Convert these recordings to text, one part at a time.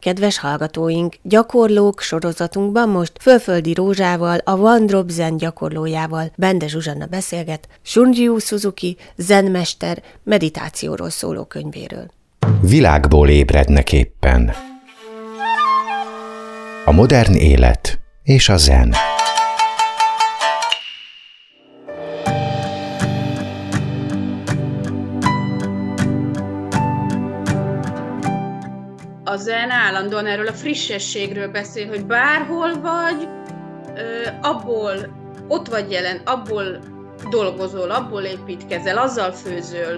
Kedves hallgatóink, gyakorlók sorozatunkban most Fölföldi Rózsával, a One Drop Zen gyakorlójával, Bende Zsuzsanna beszélget Shunryu Suzuki zenmester meditációról szóló könyvéről. Világból ébrednek éppen. A modern élet és a zen. A zen állandóan erről a frissességről beszél, hogy bárhol vagy, abból ott vagy jelen, abból dolgozol, abból építkezel, azzal főzöl.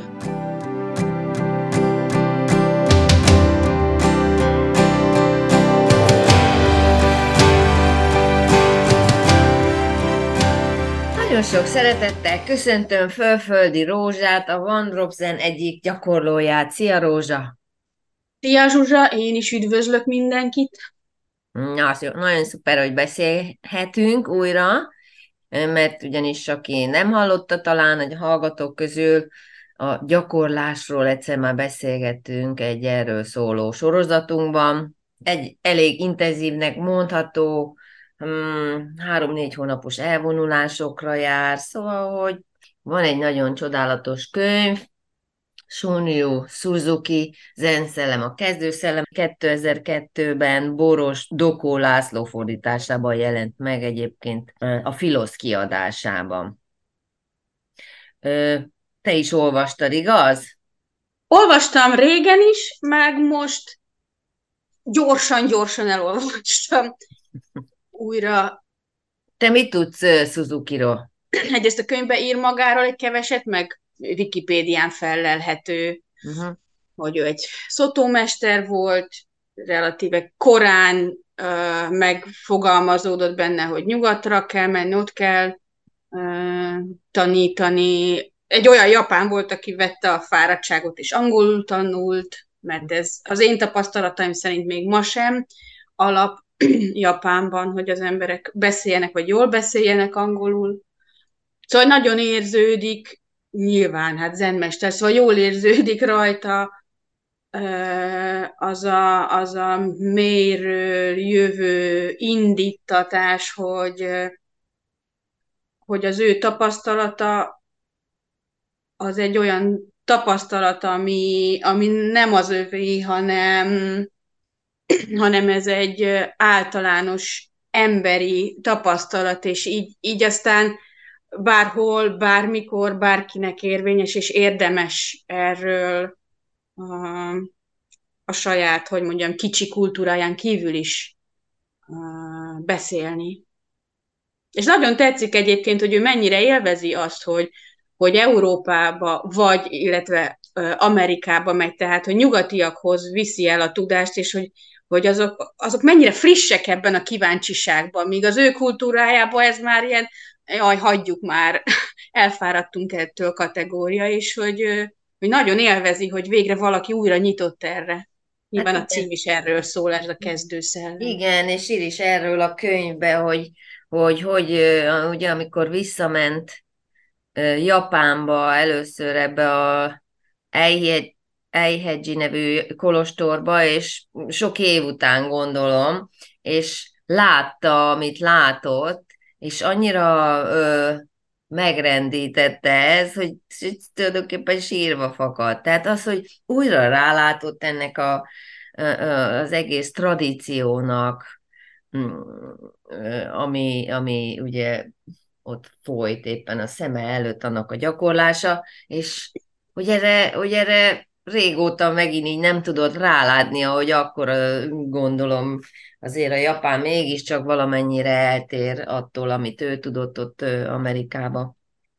Nagyon sok szeretettel köszöntöm Fölföldi Rózsát, a One Drop Zen egyik gyakorlóját. Szia, Rózsa! Szia, Zsuzsa, én is üdvözlök mindenkit. Na, nagyon szuper, hogy beszélhetünk újra, mert ugyanis aki nem hallotta talán, hogy a hallgatók közül a gyakorlásról egyszer már beszélgettünk egy erről szóló sorozatunkban. Egy elég intenzívnek mondható, 3-4 hónapos elvonulásokra jár, szóval, hogy van egy nagyon csodálatos könyv, Shunryu Suzuki Zen-szellem a kezdőszellem 2002-ben Boros Dokó László fordításában jelent meg egyébként a Filosz kiadásában. Te is olvastad, igaz? Olvastam régen is, meg most gyorsan elolvastam újra. Te mit tudsz Suzukiról? Egyrészt a könyvbe ír magáról egy keveset, meg Wikipédián fellelhető, hogy ő egy szotómester volt, relatíve korán megfogalmazódott benne, hogy nyugatra kell menni, ott kell tanítani. Egy olyan japán volt, aki vette a fáradtságot és angolul tanult, mert ez az én tapasztalataim szerint még ma sem alap Japánban, hogy az emberek beszéljenek, vagy jól beszéljenek angolul. Szóval nagyon érződik, nyilván, hát zenmester, szóval jól érződik rajta az a mélyről jövő indítatás, hogy az ő tapasztalata az egy olyan tapasztalat, ami nem az övé, hanem ez egy általános emberi tapasztalat, és így aztán bárhol, bármikor, bárkinek érvényes, és érdemes erről a saját, hogy mondjam, kicsi kultúráján kívül is beszélni. És nagyon tetszik egyébként, hogy ő mennyire élvezi azt, hogy Európába vagy, illetve Amerikába megy, tehát, hogy nyugatiakhoz viszi el a tudást, és hogy azok mennyire frissek ebben a kíváncsiságban, míg az ő kultúrájában ez már ilyen, jaj, hagyjuk már, elfáradtunk ettől kategória, és hogy nagyon élvezi, hogy végre valaki újra nyitott erre. Nyilván a cím is erről szól, ez a kezdőszellem. Igen, és ír is erről a könyvbe, hogy ugye amikor visszament Japánba először ebbe a Eiheiji nevű kolostorba, és sok év után gondolom, és látta, amit látott, és annyira megrendítette ez, hogy tulajdonképpen sírva fakadt. Tehát az, hogy újra rálátott ennek az egész tradíciónak, ami ugye ott folyt éppen a szeme előtt annak a gyakorlása, és hogy erre régóta megint így nem tudott rálátni, ahogy akkor gondolom azért a japán mégiscsak valamennyire eltér attól, amit ő tudott ott Amerikába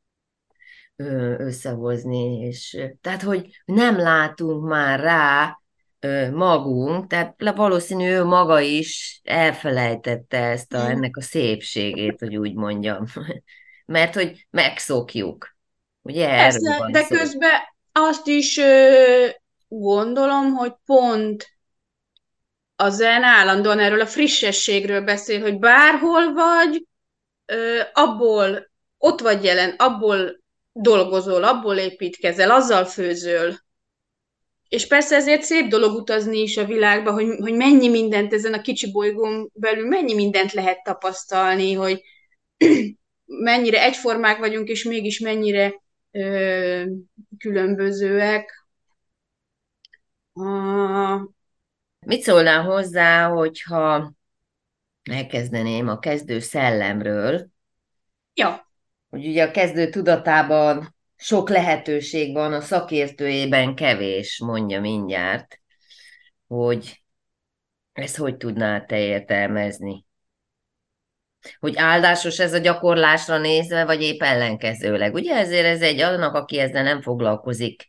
összehozni, és tehát, hogy nem látunk már rá magunk, tehát valószínű ő maga is elfelejtette ennek a szépségét, hogy úgy mondjam, mert hogy megszokjuk, ugye erről van de szó. közben azt is gondolom, hogy pont a zen állandóan erről a frissességről beszél, hogy bárhol vagy, abból ott vagy jelen, abból dolgozol, abból építkezel, azzal főzöl. És persze ezért szép dolog utazni is a világba, hogy mennyi mindent ezen a kicsi bolygón belül, mennyi mindent lehet tapasztalni, hogy mennyire egyformák vagyunk, és mégis mennyire különbözőek. Mit szólnál hozzá, hogyha elkezdeném a kezdő szellemről, Ja, hogy ugye a kezdő tudatában sok lehetőség van, a szakértőjében kevés, mondja mindjárt, hogy ezt hogy tudnál te értelmezni? Hogy áldásos ez a gyakorlásra nézve, vagy épp ellenkezőleg. Ugye ezért ez egy annak, aki ezzel nem foglalkozik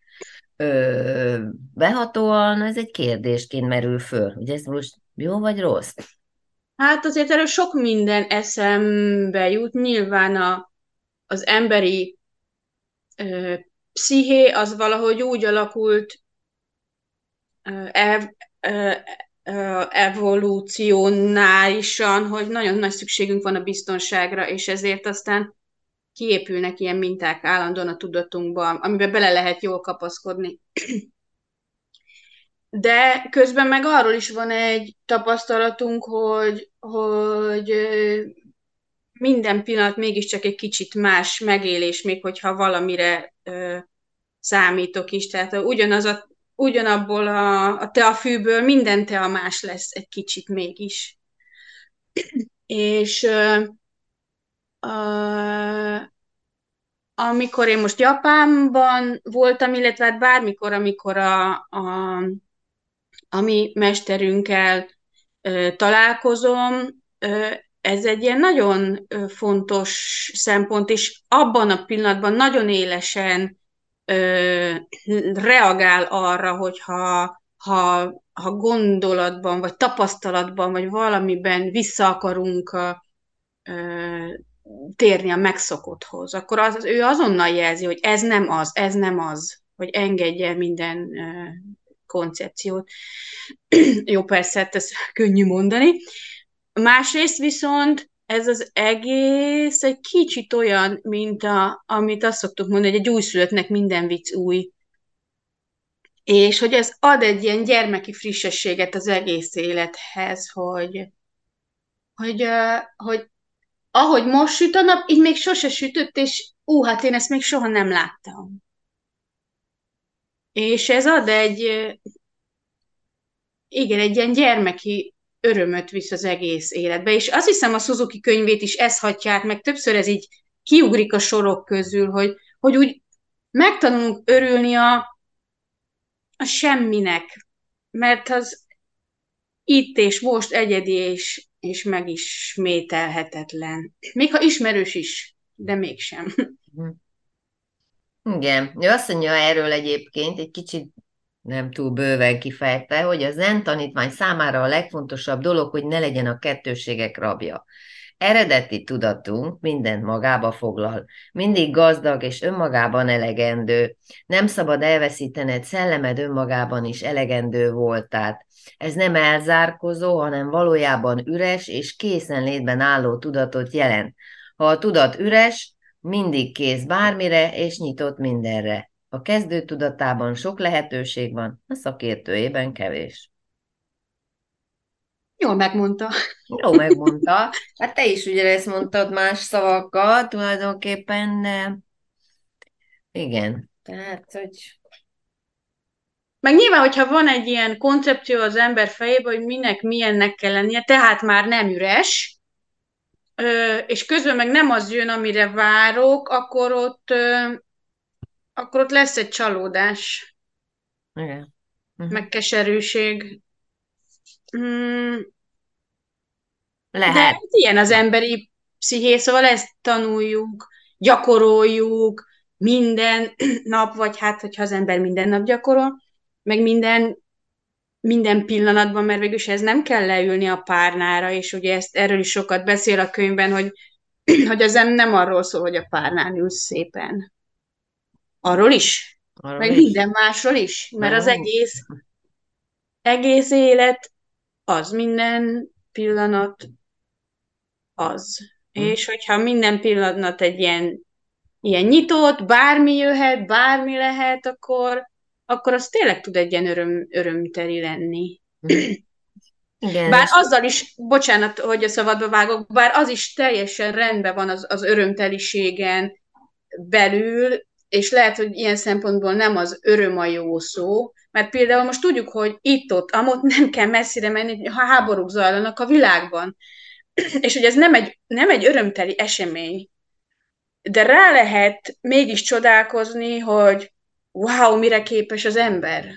behatóan, ez egy kérdésként merül föl. Ugye ez most jó vagy rossz? hát azért erről sok minden eszembe jut. Nyilván az emberi psziché az valahogy úgy alakult ev, ö, evolúcionálisan, hogy nagyon nagy szükségünk van a biztonságra, és ezért aztán kiépülnek ilyen minták állandóan a tudatunkban, amiben bele lehet jól kapaszkodni. De közben meg arról is van egy tapasztalatunk, hogy minden pillanat mégiscsak egy kicsit más megélés, még hogyha valamire számítok is. Tehát ugyanabból a teafűből minden tea más lesz egy kicsit mégis. És amikor én most Japánban voltam, illetve hát bármikor, amikor a mi mesterünkkel találkozom, ez egy ilyen nagyon fontos szempont, és abban a pillanatban nagyon élesen reagál arra, ha gondolatban, vagy tapasztalatban, vagy valamiben vissza akarunk térni a megszokotthoz, akkor ő azonnal jelzi, hogy ez nem az, hogy engedje minden koncepciót. Jó, persze, hát ez könnyű mondani. Másrészt viszont ez az egész egy kicsit olyan, mint amit azt szoktuk mondani, hogy egy újszülöttnek minden vicc új. És hogy ez ad egy ilyen gyermeki frissességet az egész élethez, hogy ahogy most süt a nap, így még sose sütött, és hát én ezt még soha nem láttam. És ez ad egy ilyen gyermeki örömöt visz az egész életbe. És azt hiszem a Suzuki könyvét is ezt hatják, meg többször ez így kiugrik a sorok közül, hogy úgy megtanulunk örülni a semminek, mert az itt és most egyedi és megismételhetetlen. Még ha ismerős is, de mégsem. Igen, ő azt mondja erről egyébként, egy kicsit nem túl bőven kifejtve, hogy a zen tanítvány számára a legfontosabb dolog, hogy ne legyen a kettősségek rabja. Eredeti tudatunk mindent magába foglal, mindig gazdag és önmagában elegendő. Nem szabad elveszítened, szellemed önmagában is elegendő voltát. Ez nem elzárkozó, hanem valójában üres és készenlétben álló tudatot jelent. Ha a tudat üres, mindig kész bármire és nyitott mindenre. A kezdő tudatában sok lehetőség van, a szakértőjében kevés. Jól megmondta. Jó megmondta. Hát te is ugyanezt mondtad más szavakkal tulajdonképpen, de igen. Tehát, hogy... Meg nyilván, hogyha van egy ilyen koncepció az ember fejében, hogy minek milyennek kell lennie, tehát már nem üres, és közben meg nem az jön, amire várok, akkor ott lesz egy csalódás, Igen. meg keserűség. De Lehet. ilyen az emberi psziché, szóval ezt tanuljuk, gyakoroljuk minden nap, vagy hát, hogyha az ember minden nap gyakorol, meg minden pillanatban, mert végülis ez nem kell leülni a párnára, és ugye erről is sokat beszél a könyvben, hogy az nem arról szól, hogy a párnán ülsz szépen. Arról is, Arról meg is. minden másról is, mert az egész élet az, minden pillanat az. És hogyha minden pillanat egy ilyen nyitott, bármi jöhet, bármi lehet, akkor akkor az tényleg tud egy ilyen örömteli lenni. Igen, Bár azzal is, bocsánat, hogy a szabadba vágok, bár az is teljesen rendben van az örömteliségen belül, és lehet, hogy ilyen szempontból nem az öröm a jó szó, mert például most tudjuk, hogy itt-ott, amott nem kell messzire menni, ha háborúk zajlanak a világban, és hogy ez nem egy örömteli esemény, de rá lehet mégis csodálkozni, hogy wow, mire képes az ember.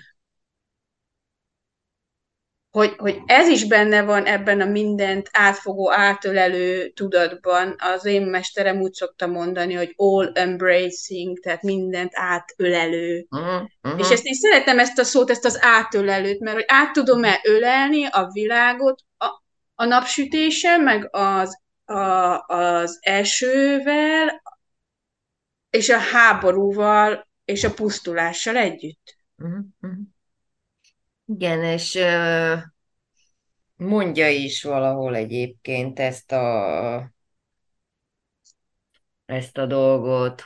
Hogy ez is benne van ebben a mindent átfogó, átölelő tudatban. Az én mesterem úgy szokta mondani, hogy all embracing, tehát mindent átölelő. És ezt én szeretem ezt a szót, ezt az átölelőt, mert hogy át tudom-e ölelni a világot a napsütéssel, meg az esővel, és a háborúval, és a pusztulással együtt. Igen, és mondja is valahol egyébként ezt a dolgot,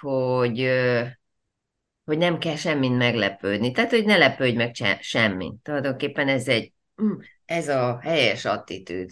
hogy nem kell semmin meglepődni. Tehát, hogy ne lepődj meg semmin. Tulajdonképpen ez a helyes attitűd.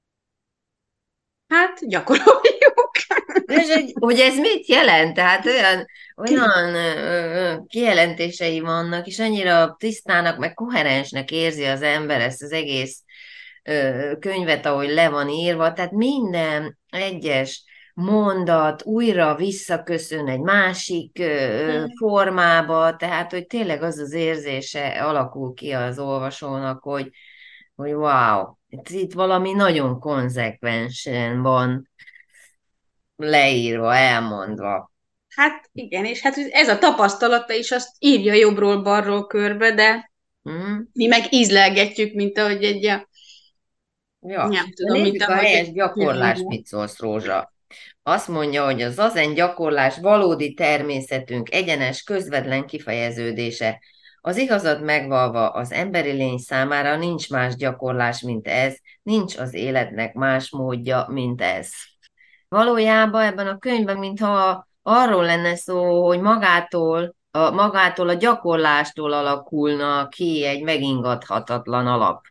Hát, gyakoroljuk. És hogy ez mit jelent? Tehát olyan kijelentései vannak, és annyira tisztának, meg koherensnek érzi az ember ezt az egész könyvet, ahogy le van írva, tehát minden egyes mondat újra visszaköszön egy másik formába, tehát hogy tényleg az az érzése alakul ki az olvasónak, hogy wow, itt valami nagyon konzekvensen van leírva, elmondva. Hát igen, és hát ez a tapasztalata is azt írja jobbról-balról körbe, de mi meg ízlelgetjük, mint ahogy nem tudom, mint a helyes gyakorlás, mit szólsz, Rózsa? Azt mondja, hogy a zazen gyakorlás valódi természetünk egyenes, közvetlen kifejeződése. Az igazat megvalva az emberi lény számára nincs más gyakorlás, mint ez, nincs az életnek más módja, mint ez. Valójában ebben a könyvben, mintha arról lenne szó, hogy magától a gyakorlástól alakulna ki egy megingathatatlan alap.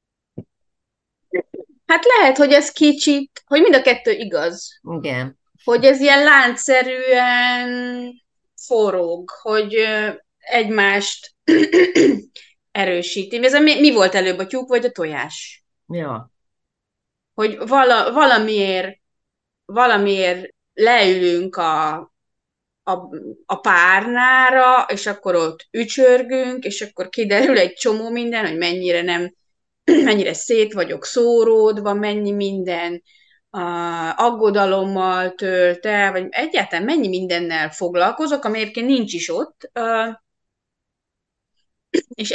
Hát lehet, hogy ez kicsit, hogy mind a kettő igaz. Igen. Hogy ez ilyen láncszerűen forog, hogy egymást erősíti. Ez mi volt előbb, a tyúk vagy a tojás? Ja. Hogy valamiért leülünk a párnára, és akkor ott ücsörgünk, és akkor kiderül egy csomó minden, hogy mennyire szét vagyok szóródva, mennyi minden aggodalommal tölt el, vagy egyáltalán mennyi mindennel foglalkozok, ami egyébként nincs is ott, és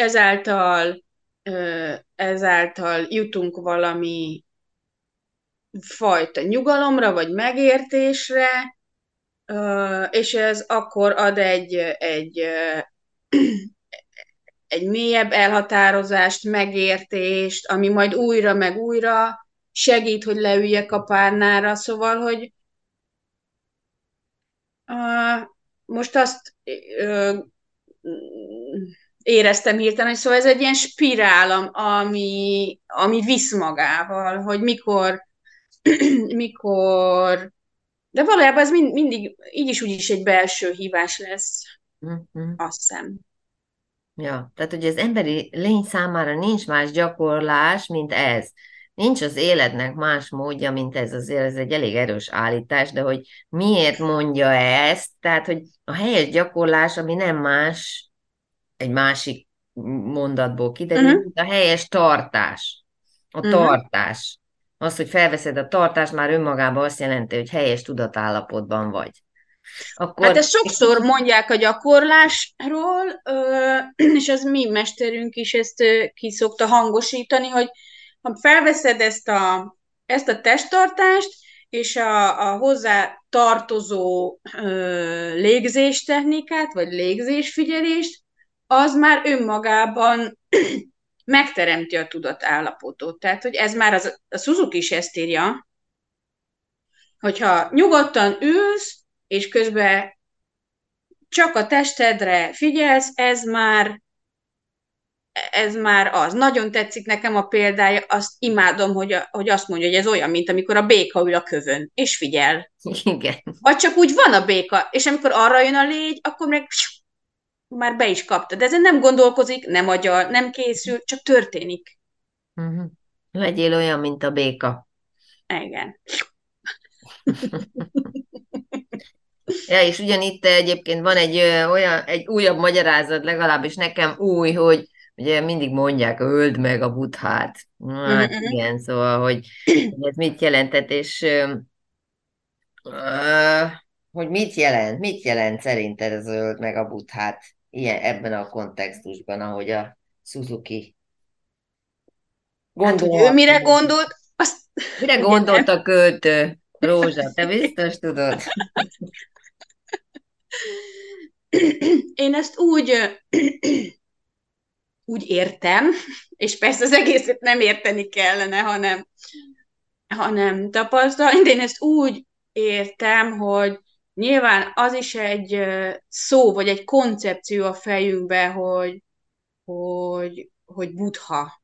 ezáltal jutunk valami fajta nyugalomra, vagy megértésre, és ez akkor ad egy mélyebb elhatározást, megértést, ami majd újra meg újra segít, hogy leüljek a párnára. Szóval, hogy most azt éreztem hirtelen, hogy szóval ez egy ilyen spirál, ami visz magával, hogy mikor, de valójában ez mindig így is úgy is egy belső hívás lesz, azt hiszem. Ja, tehát hogy az emberi lény számára nincs más gyakorlás, mint ez. Nincs az életnek más módja, mint ez. Azért ez egy elég erős állítás, de hogy miért mondja ezt? Tehát, hogy a helyes gyakorlás, ami nem más, egy másik mondatból kiderül, mint a helyes tartás. A tartás. Az, hogy felveszed a tartást, már önmagában azt jelenti, hogy helyes tudatállapotban vagy. Akkor... Hát ezt sokszor mondják a gyakorlásról, és az mi mesterünk is ezt ki szokta hangosítani, hogy ha felveszed ezt a testtartást, és a hozzá tartozó légzéstechnikát, vagy légzésfigyelést, az már önmagában megteremti a tudatállapotot. Tehát, hogy ez már a Suzuki is ezt írja, hogyha nyugodtan ülsz, és közben csak a testedre figyelsz, ez már ez már az. Nagyon tetszik nekem a példája, azt imádom, hogy azt mondja, hogy ez olyan, mint amikor a béka ül a kövön, és figyel. Igen. Vagy csak úgy van a béka, és amikor arra jön a légy, akkor meg már be is kapta. De ezen nem gondolkozik, nem agyal, nem készül, csak történik. Legyél olyan, mint a béka. Igen. Ja, és ugyanitt egyébként van egy újabb magyarázat, legalábbis nekem új, hogy ugye mindig mondják, öld meg a Buddhát. Hát igen, szóval, hogy ez mit jelentett, és hogy mit jelent szerinted az öld meg a Buddhát ebben a kontextusban, ahogy a Suzuki Hát, hogy ő mire gondolt, azt... Mire gondolt a költő? Rózsa, te biztos tudod? Én ezt úgy értem, és persze az egészet nem érteni kellene, hanem tapasztalni, de én ezt úgy értem, hogy nyilván az is egy szó, vagy egy koncepció a fejünkbe, hogy Buddha.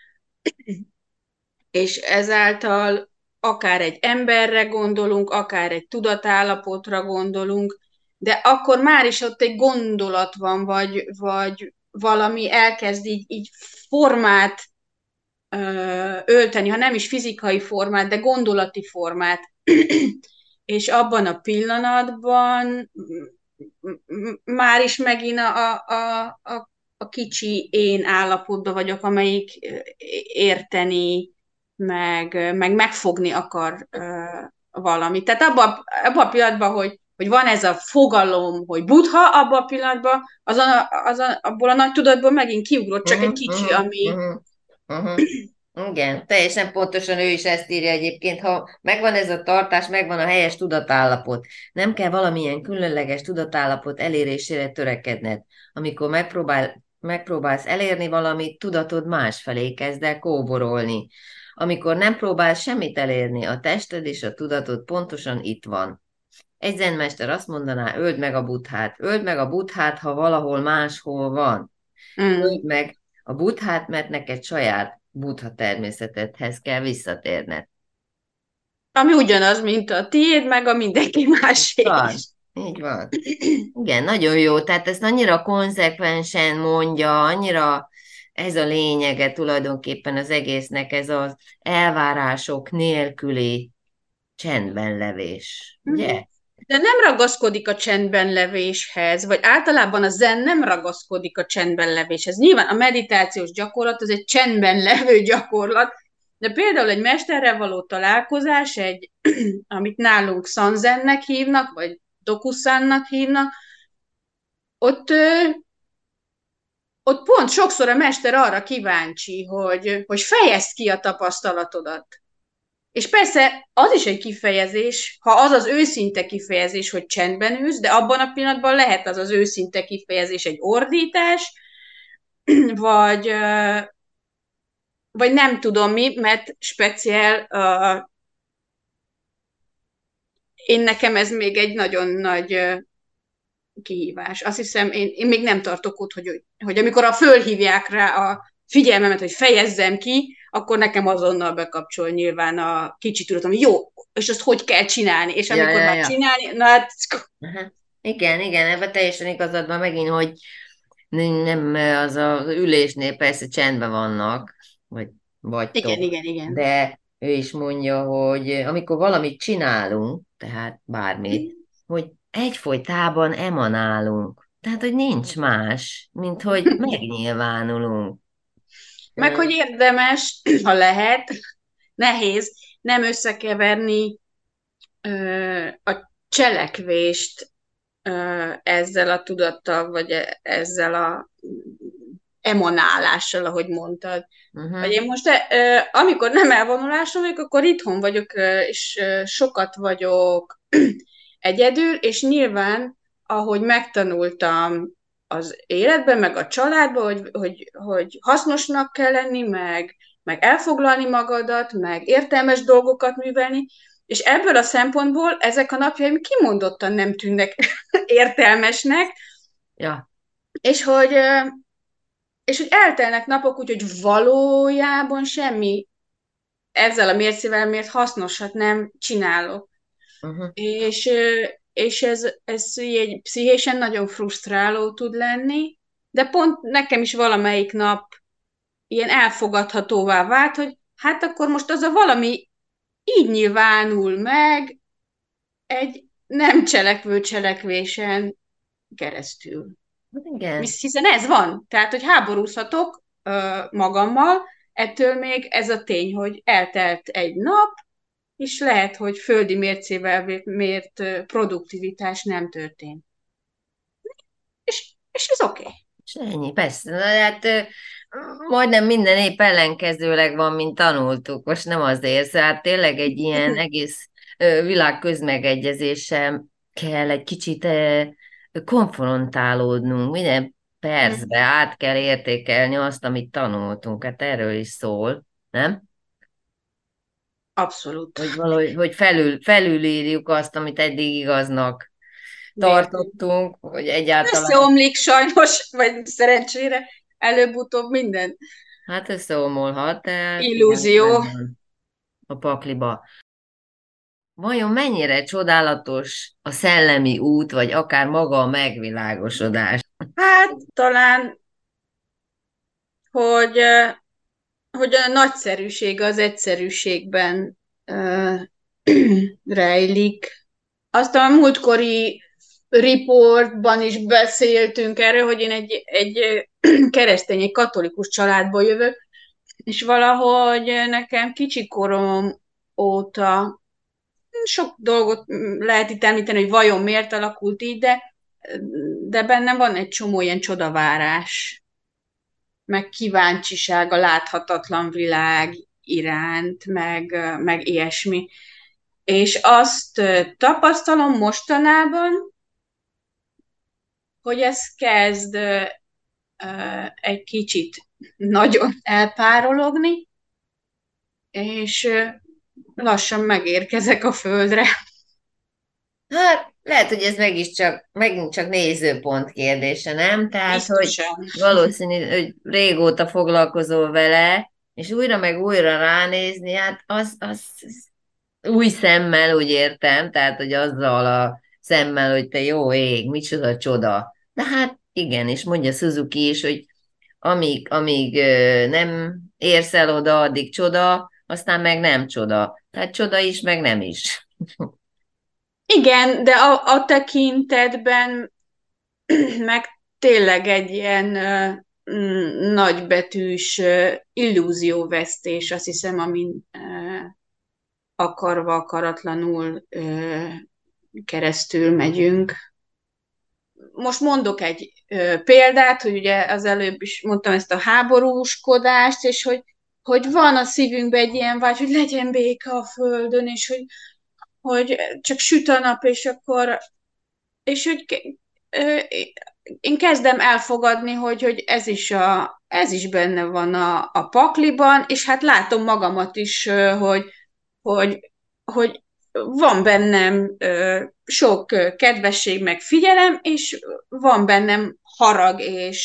És ezáltal akár egy emberre gondolunk, akár egy tudatállapotra gondolunk, de akkor már is ott egy gondolat van, vagy valami elkezd így formát ölteni, ha nem is fizikai formát, de gondolati formát. És abban a pillanatban már is megint a kicsi én állapotban vagyok, amelyik érteni, meg megfogni akar valamit. Tehát abban a pillanatban, hogy van ez a fogalom, hogy Buddha, abban a pillanatban abból a nagy tudatból megint kiugrott csak egy kicsi, ami... Igen, teljesen pontosan ő is ezt írja egyébként, ha megvan ez a tartás, megvan a helyes tudatállapot. Nem kell valamilyen különleges tudatállapot elérésére törekedned. Amikor megpróbálsz elérni valamit, tudatod másfelé kezd el kóborolni. Amikor nem próbálsz semmit elérni, a tested és a tudatod pontosan itt van. Egy zenmester azt mondaná, öld meg a Buddhát, ha valahol máshol van. Öld meg a Buddhát, mert neked saját Buddha természetedhez kell visszatérned. Ami ugyanaz, mint a tiéd, meg a mindenki másé is. Így van. Igen, nagyon jó. Tehát ezt annyira konzekvensen mondja, annyira ez a lényege tulajdonképpen az egésznek, ez az elvárások nélküli csendben levés. Ugye? De nem ragaszkodik a csendben levéshez, vagy általában a zen nem ragaszkodik a csendben levéshez. Nyilván a meditációs gyakorlat az egy csendben levő gyakorlat, de például egy mesterrel való találkozás, amit nálunk sanzennek hívnak, vagy dokusannak hívnak, ott pont sokszor a mester arra kíváncsi, hogy fejezd ki a tapasztalatodat. És persze az is egy kifejezés, ha az az őszinte kifejezés, hogy csendben ülsz, de abban a pillanatban lehet az őszinte kifejezés egy ordítás, vagy nem tudom mi, mert speciál én nekem ez még egy nagyon nagy kihívás. Azt hiszem, én még nem tartok ott, hogy amikor fölhívják rá a figyelmemet, hogy fejezzem ki, akkor nekem azonnal bekapcsol nyilván a kicsi tudatom, hogy jó, és azt hogy kell csinálni, és amikor már csinálni, na hát... Igen, ebben teljesen igazad van megint, hogy nem az ülésnél persze csendben vannak, vagytok, igen. De ő is mondja, hogy amikor valamit csinálunk, tehát bármit, hogy egyfolytában emanálunk. Tehát, hogy nincs más, mint hogy megnyilvánulunk. Meg, hogy érdemes, ha lehet, nehéz nem összekeverni a cselekvést ezzel a tudattal, vagy ezzel a emanálással, ahogy mondtad. Vagy én most, amikor nem elvonuláson vagyok, akkor itthon vagyok, és sokat vagyok egyedül, és nyilván, ahogy megtanultam az életben, meg a családban, hogy hasznosnak kell lenni, meg elfoglalni magadat, meg értelmes dolgokat művelni, és ebből a szempontból ezek a napjaim kimondottan nem tűnnek értelmesnek, Ja. és hogy és hogy eltelnek napok úgy, hogy valójában semmi ezzel a mércével miért hasznosat nem csinálok. Uh-huh. És ez így pszichésen nagyon frusztráló tud lenni, de pont nekem is valamelyik nap ilyen elfogadhatóvá vált, hogy hát akkor most az a valami így nyilvánul meg egy nem cselekvő cselekvésen keresztül. Igen. Hiszen ez van. Tehát, hogy háborúzhatok magammal, ettől még ez a tény, hogy eltelt egy nap, és lehet, hogy földi mércével mért produktivitás nem történt. És ez oké. És ennyi, persze. Na, hát majdnem minden épp ellenkezőleg van, mint tanultuk. Most nem azért, hát tényleg egy ilyen egész világ közmegegyezéssel kell egy kicsit konfrontálódnunk. Minden percbe át kell értékelni azt, amit tanultunk. Hát erről is szól, nem? Abszolút. Hogy valahogy hogy felülírjuk azt, amit eddig igaznak tartottunk, hogy egyáltalán... Összeomlik sajnos, vagy szerencsére, előbb-utóbb minden. Hát összeomolhat, de Illúzió. igen, a pakliba. Vajon mennyire csodálatos a szellemi út, vagy akár maga a megvilágosodás? Hát talán, hogy, hogy a nagyszerűség az egyszerűségben rejlik. Aztán a múltkori riportban is beszéltünk erről, hogy én egy keresztény, egy katolikus családból jövök, és valahogy nekem kicsi korom óta sok dolgot lehet itt említeni, hogy vajon miért alakult így, de bennem van egy csomó ilyen csodavárás, meg kíváncsiság a láthatatlan világ iránt, meg ilyesmi. És azt tapasztalom mostanában, hogy ez kezd egy kicsit nagyon elpárologni, és lassan megérkezek a földre. Hát lehet, hogy ez megint csak nézőpont kérdése, nem? Tehát, Biztosan. hogy valószínű, hogy régóta foglalkozol vele, és újra meg újra ránézni, hát az új szemmel, úgy értem, tehát, hogy azzal a szemmel, hogy te jó ég, micsoda csoda. De hát igen, és mondja Suzuki is, hogy amíg nem érsz el oda, addig csoda, aztán meg nem csoda. Tehát csoda is, meg nem is. Igen, de a tekintetben meg tényleg egy ilyen nagybetűs illúzióvesztés, azt hiszem, amin akarva, akaratlanul keresztül megyünk. Most mondok egy példát, hogy ugye az előbb is mondtam ezt a háborúskodást, és hogy van a szívünkben egy ilyen vágy, hogy legyen béke a földön, és hogy csak süt a nap, és hogy én kezdem elfogadni, hogy ez is benne van a pakliban, és hát látom magamat is, hogy van bennem sok kedvesség, meg figyelem, és van bennem harag,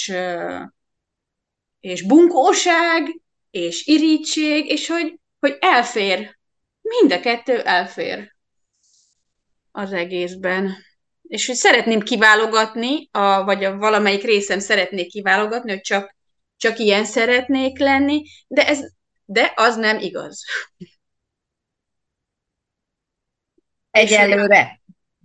és bunkóság, és irítség, és hogy elfér. Mind a kettő elfér az egészben. És hogy szeretném kiválogatni, vagy a valamelyik részem szeretnék kiválogatni, hogy csak ilyen szeretnék lenni, de az nem igaz. Egyelőre.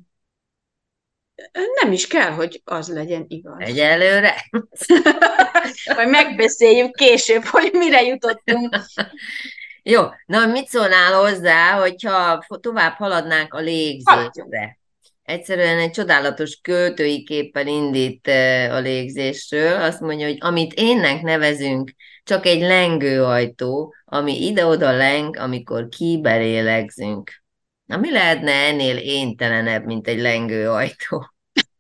Nem is kell, hogy az legyen igaz. Egyelőre. Majd megbeszéljük később, hogy mire jutottunk. Jó, na mit szólnál hozzá, hogyha tovább haladnánk a légzésre? Egyszerűen egy csodálatos költői képpel indít a légzésről. Azt mondja, hogy amit énnek nevezünk, csak egy lengőajtó, ami ide-oda leng, amikor kibelélegzünk. Na mi lehetne ennél éntelenebb, mint egy lengőajtó?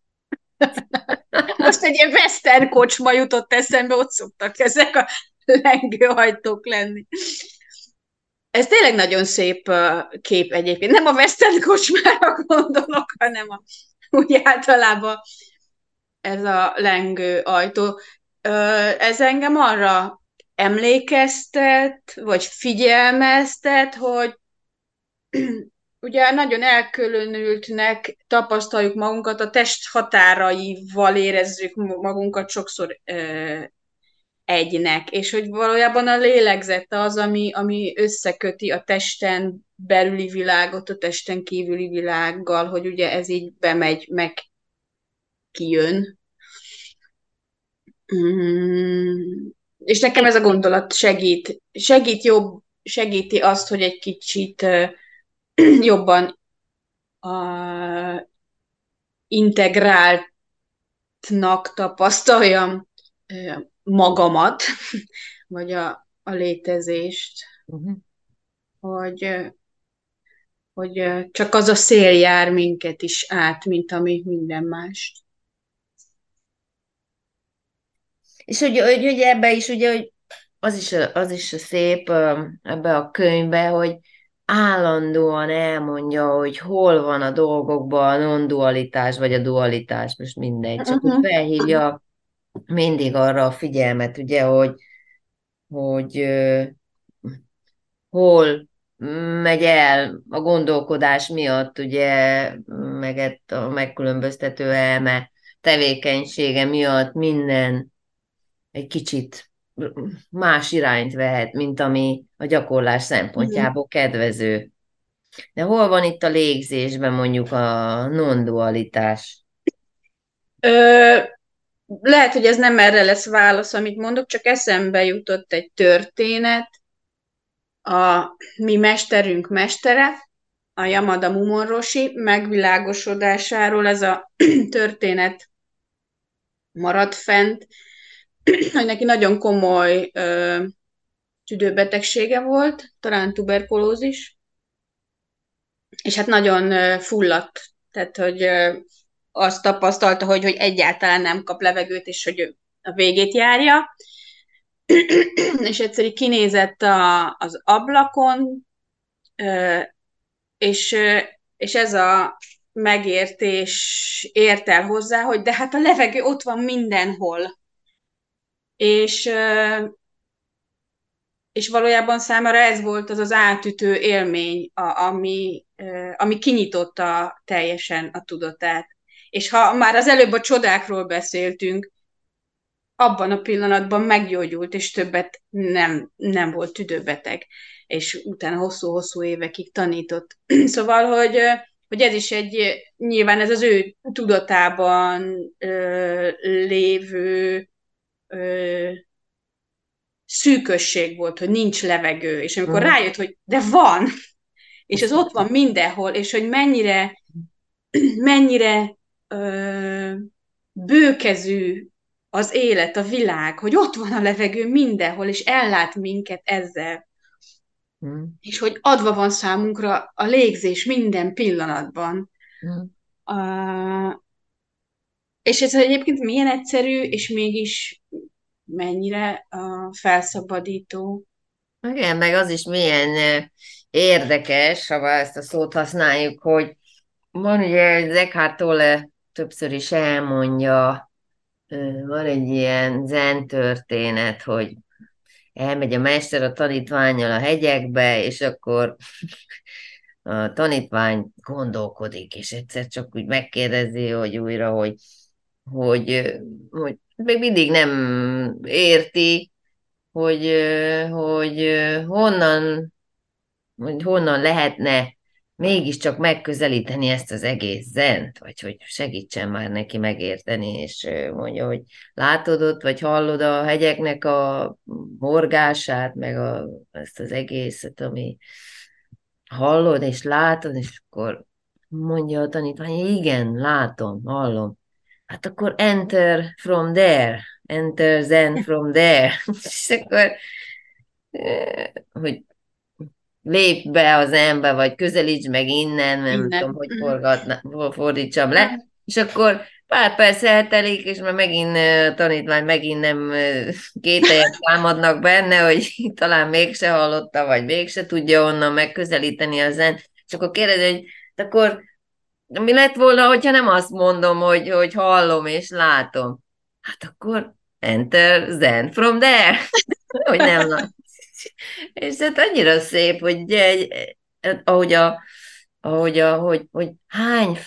Most egy ilyen western kocsma jutott eszembe, ott szoktak ezek a lengőajtók lenni. Ez tényleg nagyon szép kép egyébként. Nem a western kocsmára gondolok, hanem úgy általában ez a lengőajtó. ez engem arra emlékeztet, vagy figyelmeztet, hogy ugye nagyon elkülönültnek tapasztaljuk magunkat, a test határaival érezzük magunkat sokszor egynek, és hogy valójában a lélegzet az, ami összeköti a testen belüli világot a testen kívüli világgal, hogy ugye ez így bemegy, meg kijön. És nekem ez a gondolat segíti azt, hogy egy kicsit jobban integráltnak tapasztaljam magamat, vagy a létezést, hogy csak az a szél jár minket is át, mint ami minden mást. És hogy ebbe is, ugye, hogy az is szép ebbe a könyvbe, hogy állandóan elmondja, hogy hol van a dolgokban a non-dualitás, vagy a dualitás, most mindegy, csak hogy felhívja mindig arra a figyelmet, ugye, hogy hol megy el a gondolkodás miatt, ugye, meg a megkülönböztető elme tevékenysége miatt minden egy kicsit más irányt vehet, mint ami a gyakorlás szempontjából kedvező. De hol van itt a légzésben mondjuk a non-dualitás? Lehet, hogy ez nem erre lesz válasz, amit mondok, csak eszembe jutott egy történet. A mi mesterünk mestere, a Yamada Mumon Roshi megvilágosodásáról. Ez a történet maradt fent, hogy neki nagyon komoly tüdőbetegsége volt, talán tuberkulózis, és hát nagyon fulladt, tehát hogy azt tapasztalta, hogy egyáltalán nem kap levegőt, és hogy a végét járja, és egyszer így kinézett az ablakon, és ez a megértés ért el hozzá, hogy de hát a levegő ott van mindenhol. És valójában számára ez volt az átütő élmény, ami kinyitotta teljesen a tudatát. És ha már az előbb a csodákról beszéltünk, abban a pillanatban meggyógyult, és többet nem volt tüdőbeteg, és utána hosszú-hosszú évekig tanított. Szóval, hogy ez is nyilván ez az ő tudatában lévő szűkösség volt, hogy nincs levegő, és amikor rájött, hogy de van, és az ott van mindenhol, és hogy mennyire bőkezű az élet, a világ, hogy ott van a levegő mindenhol, és ellát minket ezzel. És hogy adva van számunkra a légzés minden pillanatban. És ez egyébként milyen egyszerű, és mégis mennyire felszabadító. Igen, meg az is milyen érdekes, ha ezt a szót használjuk, hogy van ugye Eckhart Tolle többször is elmondja, van egy ilyen zen történet, hogy elmegy a mester a tanítvánnyal a hegyekbe, és akkor a tanítvány gondolkodik, és egyszer csak úgy megkérdezi, hogy újra, hogy még mindig nem érti, hogy honnan lehetne mégiscsak megközelíteni ezt az egész zent, vagy hogy segítsen már neki megérteni, és mondja, hogy látod ott, vagy hallod a hegyeknek a morgását, meg ezt az egészet, ami hallod és látod, és akkor mondja a tanítvány, igen, látom, hallom. Hát akkor enter from there, enter zen from there. És akkor, hogy lépj be az ember, vagy közelíts meg innen, nem tudom, hogy fordítsam le, és akkor pár perc eltelik, és már megint a tanítvány megint nem kételyek támadnak benne, hogy talán mégse hallotta, vagy mégse tudja onnan megközelíteni a zen. És akkor kérdezi, hogy akkor mi lett volna, hogyha nem azt mondom, hogy hallom és látom? Hát akkor enter Zen from there. Hogy nem nagy. És hát annyira szép, hogy hogy hány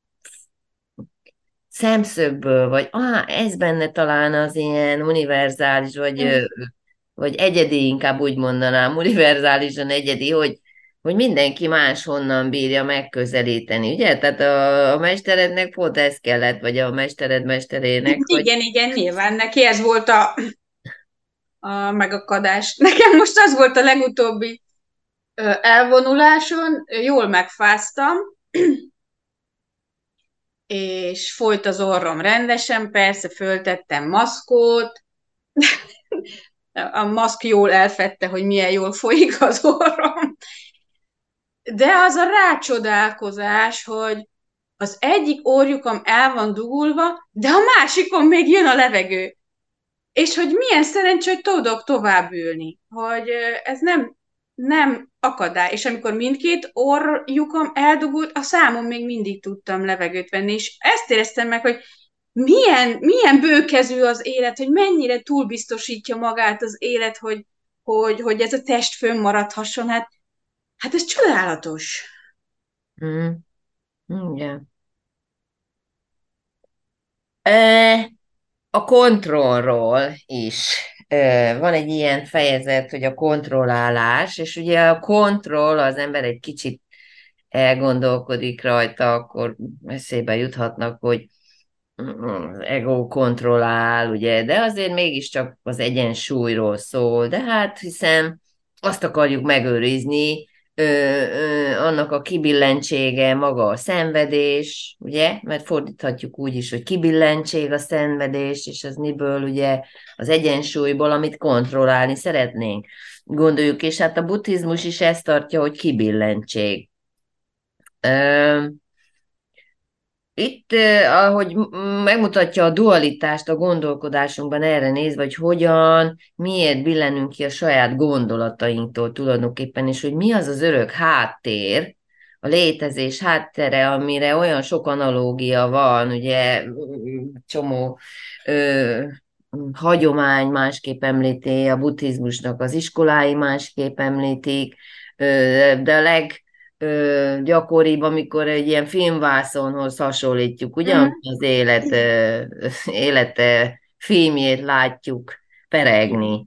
szemszögből, vagy ez benne talán az ilyen univerzális, vagy egyedi, inkább úgy mondanám, univerzálisan egyedi, hogy mindenki máshonnan bírja megközelíteni, ugye? Tehát a mesterednek pont ez kellett, vagy a mestered mesterének, hogy... Igen, nyilván neki ez volt a megakadás. Nekem most az volt a legutóbbi elvonuláson, jól megfáztam, és folyt az orrom rendesen, persze föltettem maszkot, a maszk jól elfedte, hogy milyen jól folyik az orrom, de az a rácsodálkozás, hogy az egyik orrjukom el van dugulva, de a másikon még jön a levegő. És hogy milyen szerencsé, hogy tudok tovább ülni, hogy ez nem akadály. És amikor mindkét orrjukom eldugult, a számon még mindig tudtam levegőt venni, és ezt éreztem meg, hogy milyen bőkezű az élet, hogy mennyire túlbiztosítja magát az élet, hogy ez a test fönnmaradhasson. Hát ez csodálatos. Mm, igen. A kontrollról is van egy ilyen fejezet, hogy a kontrollálás, és ugye a kontroll, az ember egy kicsit elgondolkodik rajta, akkor eszébe juthatnak, hogy az ego kontrollál, ugye, de azért mégiscsak az egyensúlyról szól, de hát hiszen azt akarjuk megőrizni, annak a kibillentsége maga a szenvedés, ugye, mert fordíthatjuk úgy is, hogy kibillentség a szenvedés, és az miből ugye az egyensúlyból, amit kontrollálni szeretnénk. Gondoljuk, és hát a buddhizmus is ezt tartja, hogy kibillentség. Itt, ahogy megmutatja a dualitást a gondolkodásunkban, erre nézve, hogy hogyan, miért billenünk ki a saját gondolatainktól tulajdonképpen, és hogy mi az az örök háttér, a létezés háttere, amire olyan sok analógia van, ugye csomó hagyomány másképp említi, a buddhizmusnak az iskolái másképp említik, de a gyakoribb, amikor egy ilyen filmvászonhoz hasonlítjuk, ugye, az élete filmjét látjuk peregni.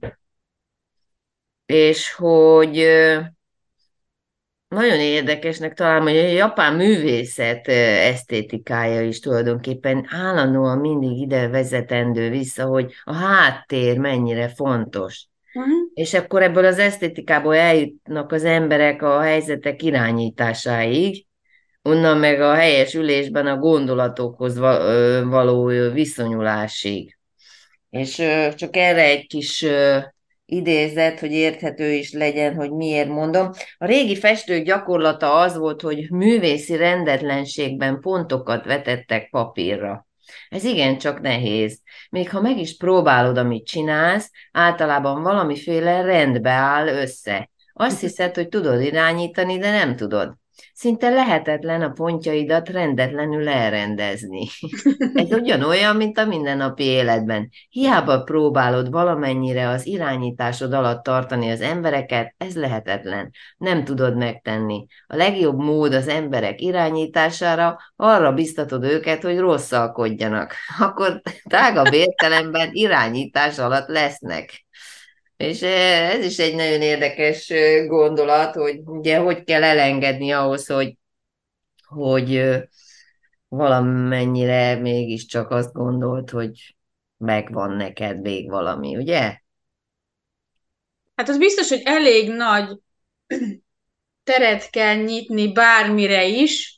És hogy nagyon érdekesnek találom, hogy a japán művészet esztétikája is tulajdonképpen állandóan mindig ide vezetendő vissza, hogy a háttér mennyire fontos. És akkor ebből az esztétikából eljutnak az emberek a helyzetek irányításáig, onnan meg a helyes ülésben a gondolatokhoz való viszonyulásig. És csak erre egy kis idézet, hogy érthető is legyen, hogy miért mondom. A régi festők gyakorlata az volt, hogy művészi rendetlenségben pontokat vetettek papírra. Ez igencsak nehéz. Még ha meg is próbálod, amit csinálsz, általában valamiféle rendbe áll össze. Azt hiszed, hogy tudod irányítani, de nem tudod. Szinte lehetetlen a pontjaidat rendetlenül elrendezni. Ez ugyanolyan, mint a mindennapi életben. Hiába próbálod valamennyire az irányításod alatt tartani az embereket, ez lehetetlen. Nem tudod megtenni. A legjobb mód az emberek irányítására arra biztatod őket, hogy rosszalkodjanak. Akkor tágabb értelemben irányítás alatt lesznek. És ez is egy nagyon érdekes gondolat, hogy ugye hogy kell elengedni ahhoz, hogy valamennyire mégiscsak azt gondolt, hogy megvan neked még valami, ugye? Hát az biztos, hogy elég nagy teret kell nyitni bármire is,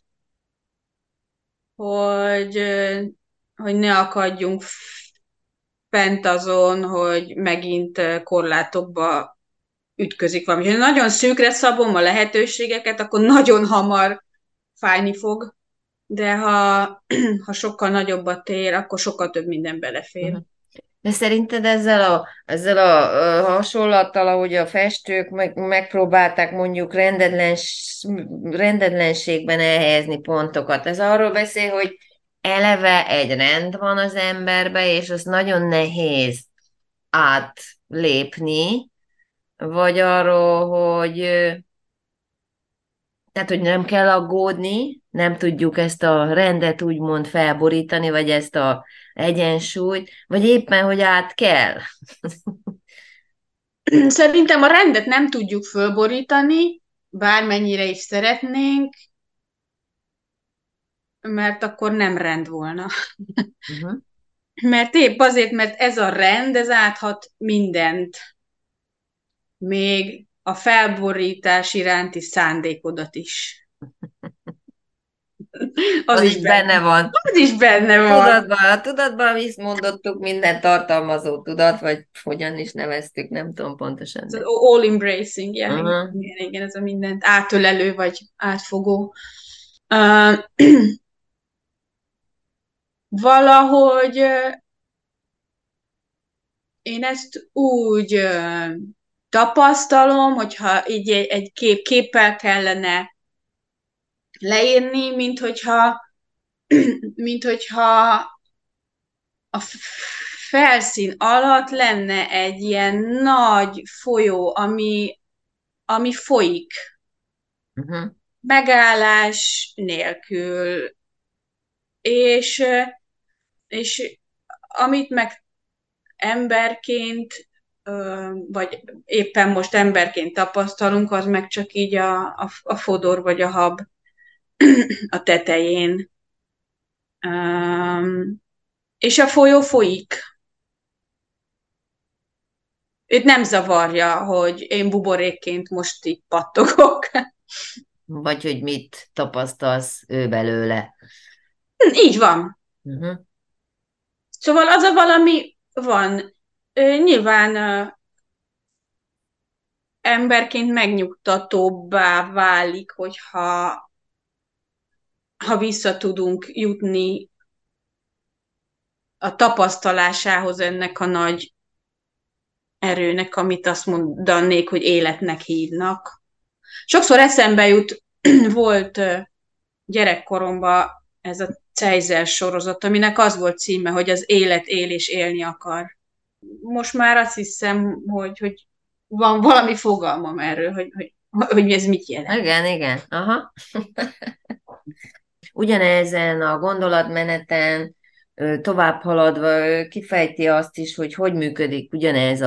hogy ne akadjunk fent azon, hogy megint korlátokba ütközik valami. Ha nagyon szűkre szabom a lehetőségeket, akkor nagyon hamar fájni fog, de ha sokkal nagyobb a tér, akkor sokkal több minden belefér. De szerinted ezzel a hasonlattal, ahogy a festők megpróbálták mondjuk rendetlenségben elhelyezni pontokat, ez arról beszél, hogy eleve egy rend van az emberbe, és az nagyon nehéz átlépni, vagy arról, hogy nem kell aggódni, nem tudjuk ezt a rendet úgymond felborítani, vagy ezt a egyensúlyt, vagy éppen, hogy át kell. Szerintem a rendet nem tudjuk fölborítani, bármennyire is szeretnénk, mert akkor nem rend volna. Uh-huh. Mert épp azért, mert ez a rend, ez áthat mindent. Még a felborítás iránti szándékodat is. Az is benne van. Az is benne van. Tudatban mi mondottuk, minden tartalmazó tudat, vagy hogyan is neveztük, nem tudom pontosan. Az all embracing, Uh-huh. igen, ez a mindent átölelő, vagy átfogó. Valahogy én ezt úgy tapasztalom, hogyha így egy képpel kellene leírni, mint hogyha a felszín alatt lenne egy ilyen nagy folyó, ami folyik. Uh-huh. Megállás nélkül. És amit meg emberként, vagy éppen most emberként tapasztalunk, az meg csak így a fodor vagy a hab a tetején. És a folyó folyik. Őt nem zavarja, hogy én buborékként most így pattogok. Vagy hogy mit tapasztalsz ő belőle. Így van. Uh-huh. Szóval az a valami van. Nyilván emberként megnyugtatóbbá válik, hogyha vissza tudunk jutni a tapasztalásához ennek a nagy erőnek, amit azt mondanék, hogy életnek hívnak. Sokszor eszembe jut, volt gyerekkoromban ez a Cejzel sorozat, aminek az volt címe, hogy az élet él és élni akar. Most már azt hiszem, hogy van valami fogalmam erről, hogy ez mit jelent. Igen. Aha. Ugyanezen a gondolatmeneten tovább haladva kifejti azt is, hogy működik ugyanez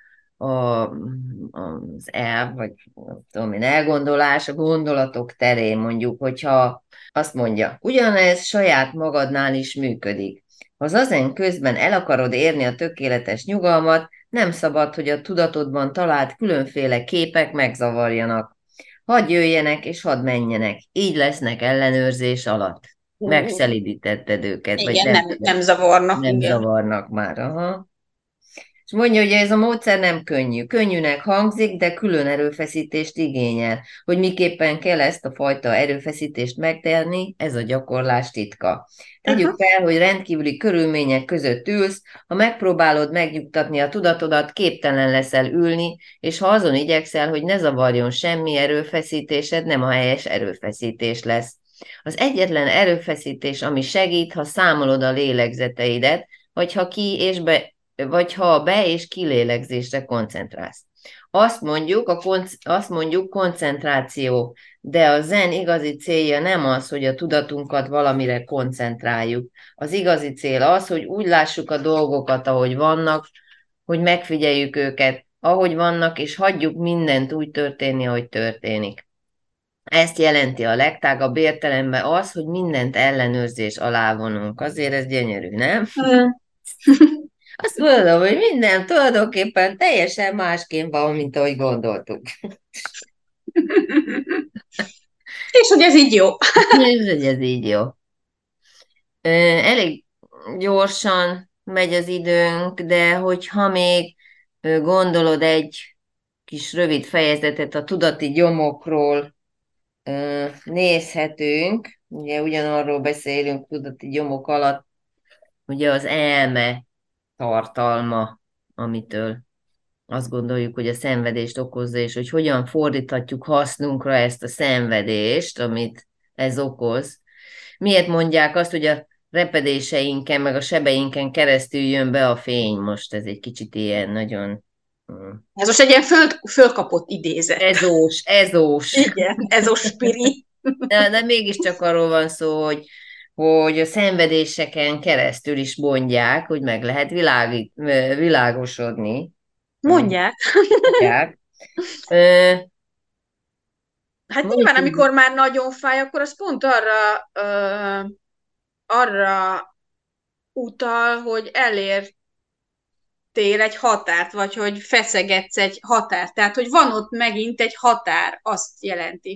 az vagy tudom én, elgondolás a gondolatok terén, mondjuk, hogyha azt mondja, ugyanez saját magadnál is működik. Ha az azen közben el akarod érni a tökéletes nyugalmat, nem szabad, hogy a tudatodban talált különféle képek megzavarjanak. Hadd jöjjenek és hadd menjenek, így lesznek ellenőrzés alatt. Megszelidítetted őket. Igen, vagy nem zavarnak. nem igen. zavarnak már. Aha. És mondja, hogy ez a módszer nem könnyű. Könnyűnek hangzik, de külön erőfeszítést igényel. Hogy miképpen kell ezt a fajta erőfeszítést megtenni, ez a gyakorlás titka. Tegyük fel, hogy rendkívüli körülmények között ülsz, ha megpróbálod megnyugtatni a tudatodat, képtelen leszel ülni, és ha azon igyekszel, hogy ne zavarjon semmi erőfeszítésed, nem a helyes erőfeszítés lesz. Az egyetlen erőfeszítés, ami segít, ha számolod a lélegzeteidet, vagy ha a be- és kilélegzésre koncentrálsz. Azt mondjuk koncentráció, de a zen igazi célja nem az, hogy a tudatunkat valamire koncentráljuk. Az igazi cél az, hogy úgy lássuk a dolgokat, ahogy vannak, hogy megfigyeljük őket, ahogy vannak, és hagyjuk mindent úgy történni, ahogy történik. Ezt jelenti a legtágabb értelemben az, hogy mindent ellenőrzés alá vonunk. Azért ez gyönyörű, nem? Azt mondom, hogy minden tulajdonképpen teljesen másként van, mint ahogy gondoltuk. És hogy ez így jó. És hogy ez így jó. Elég gyorsan megy az időnk, de hogyha még gondolod egy kis rövid fejezetet a tudati gyomokról, nézhetünk, ugye ugyanarról beszélünk tudati gyomok alatt, ugye az elme tartalma, amitől azt gondoljuk, hogy a szenvedést okozza, és hogy hogyan fordíthatjuk hasznunkra ezt a szenvedést, amit ez okoz. Miért mondják azt, hogy a repedéseinken, meg a sebeinken keresztül jön be a fény. Most ez egy kicsit ilyen nagyon Ez most egy ilyen fölkapott idézet. ezós. Igen, ezós spiri. De mégiscsak arról van szó, hogy a szenvedéseken keresztül is mondják, hogy meg lehet világosodni. Mondják. Mondják. Hát nyilván, amikor már nagyon fáj, akkor az pont arra utal, hogy elértél egy határt, vagy hogy feszegetsz egy határt. Tehát, hogy van ott megint egy határ, azt jelenti,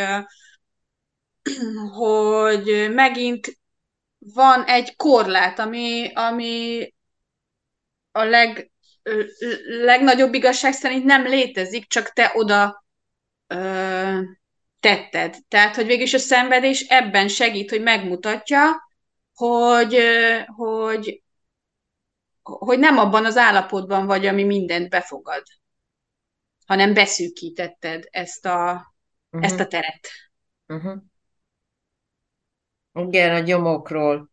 hogy megint van egy korlát, ami a legnagyobb igazság szerint nem létezik, csak te oda tetted. Tehát, hogy végülis a szenvedés ebben segít, hogy megmutatja, hogy nem abban az állapotban vagy, ami mindent befogad, hanem beszűkítetted ezt a teret. Igen, a gyomokról.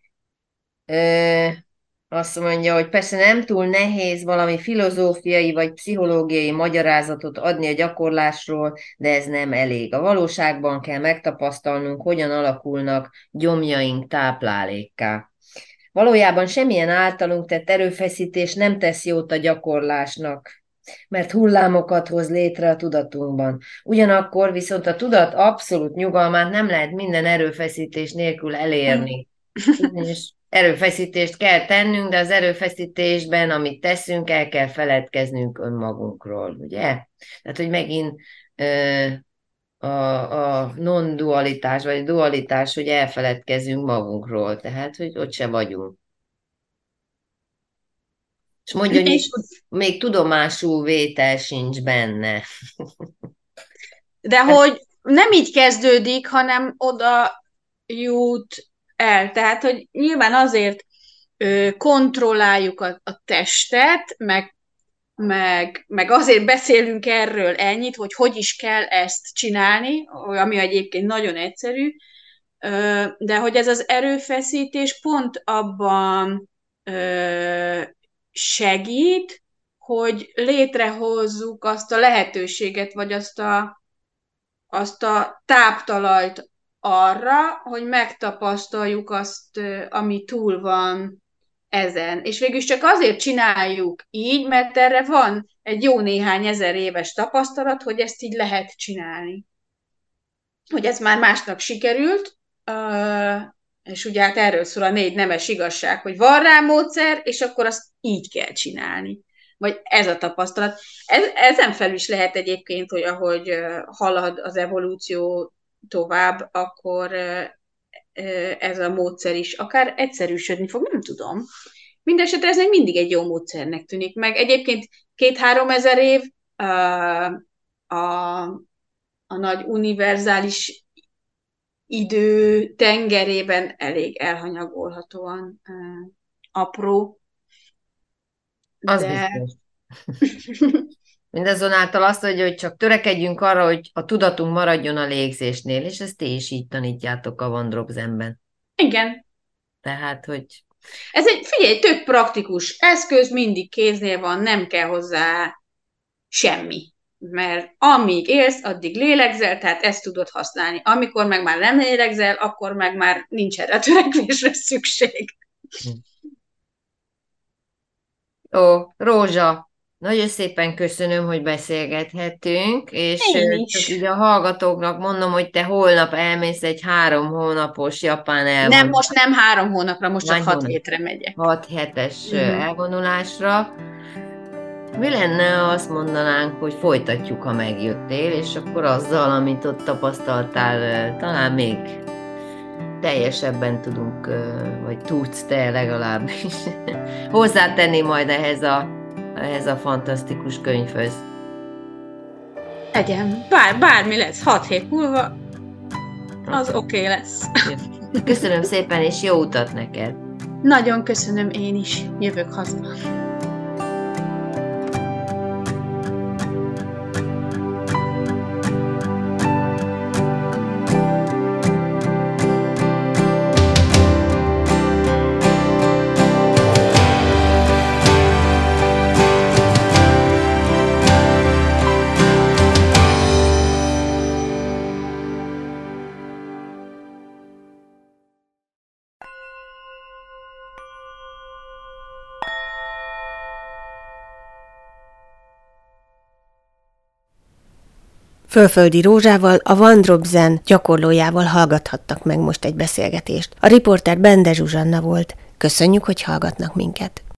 Azt mondja, hogy persze nem túl nehéz valami filozófiai vagy pszichológiai magyarázatot adni a gyakorlásról, de ez nem elég. A valóságban kell megtapasztalnunk, hogyan alakulnak gyomjaink táplálékká. Valójában semmilyen általunk tett erőfeszítés nem tesz jót a gyakorlásnak, mert hullámokat hoz létre a tudatunkban. Ugyanakkor viszont a tudat abszolút nyugalmát nem lehet minden erőfeszítés nélkül elérni. És erőfeszítést kell tennünk, de az erőfeszítésben, amit teszünk, el kell feledkeznünk önmagunkról, ugye? Tehát, hogy megint a non-dualitás, vagy a dualitás, hogy elfeledkezünk magunkról, tehát, hogy ott se vagyunk. És mondja, hogy még tudomásul vétel sincs benne. De hogy nem így kezdődik, hanem oda jut el. Tehát, hogy nyilván azért kontrolláljuk a testet, meg azért beszélünk erről ennyit, hogy is kell ezt csinálni, ami egyébként nagyon egyszerű, de hogy ez az erőfeszítés pont abban segít, hogy létrehozzuk azt a lehetőséget, vagy azt a táptalajt arra, hogy megtapasztaljuk azt, ami túl van ezen. És végülis csak azért csináljuk így, mert erre van egy jó néhány ezer éves tapasztalat, hogy ezt így lehet csinálni. Hogy ez már másnak sikerült, és ugye hát erről szól a 4 nemes igazság, hogy van rá módszer, és akkor azt így kell csinálni. Vagy ez a tapasztalat. Ezen felül is lehet egyébként, hogy ahogy halad az evolúció tovább, akkor ez a módszer is akár egyszerűsödni fog, nem tudom. Mindenesetre ez még mindig egy jó módszernek tűnik meg. Egyébként 2-3 ezer év a nagy univerzális idő tengerében elég elhanyagolhatóan apró. Az biztos. Mindazonáltal azt mondja, hogy csak törekedjünk arra, hogy a tudatunk maradjon a légzésnél, és ezt ti is így tanítjátok a Van Drop Zenben. Igen. Tehát, hogy... Ez figyelj, tök praktikus eszköz, mindig kéznél van, nem kell hozzá semmi. Mert amíg élsz, addig lélegzel, tehát ezt tudod használni. Amikor meg már nem lélegzel, akkor meg már nincs erre a törekvésre szükség. Ó, Rózsa, nagyon szépen köszönöm, hogy beszélgethettünk, és így a hallgatóknak mondom, hogy te holnap elmész egy 3 hónapos japán elvonulásra. Nem, most nem 3 hónapra, most csak 6 hétre megyek. 6 hetes elvonulásra. Mi lenne, ha azt mondanánk, hogy folytatjuk, ha megjöttél, és akkor azzal, amit ott tapasztaltál, talán még teljesebben tudunk, vagy tudsz te legalábbis hozzátenni majd ehhez a fantasztikus könyvhöz. Legyen, bármi lesz, 6 hét múlva, az oké lesz. Köszönöm szépen, és jó utat neked! Nagyon köszönöm én is, jövök haza. Fölföldi Rózsával, a Van Drop Zen gyakorlójával hallgathattak meg most egy beszélgetést. A riporter Bende Zsuzsanna volt. Köszönjük, hogy hallgatnak minket.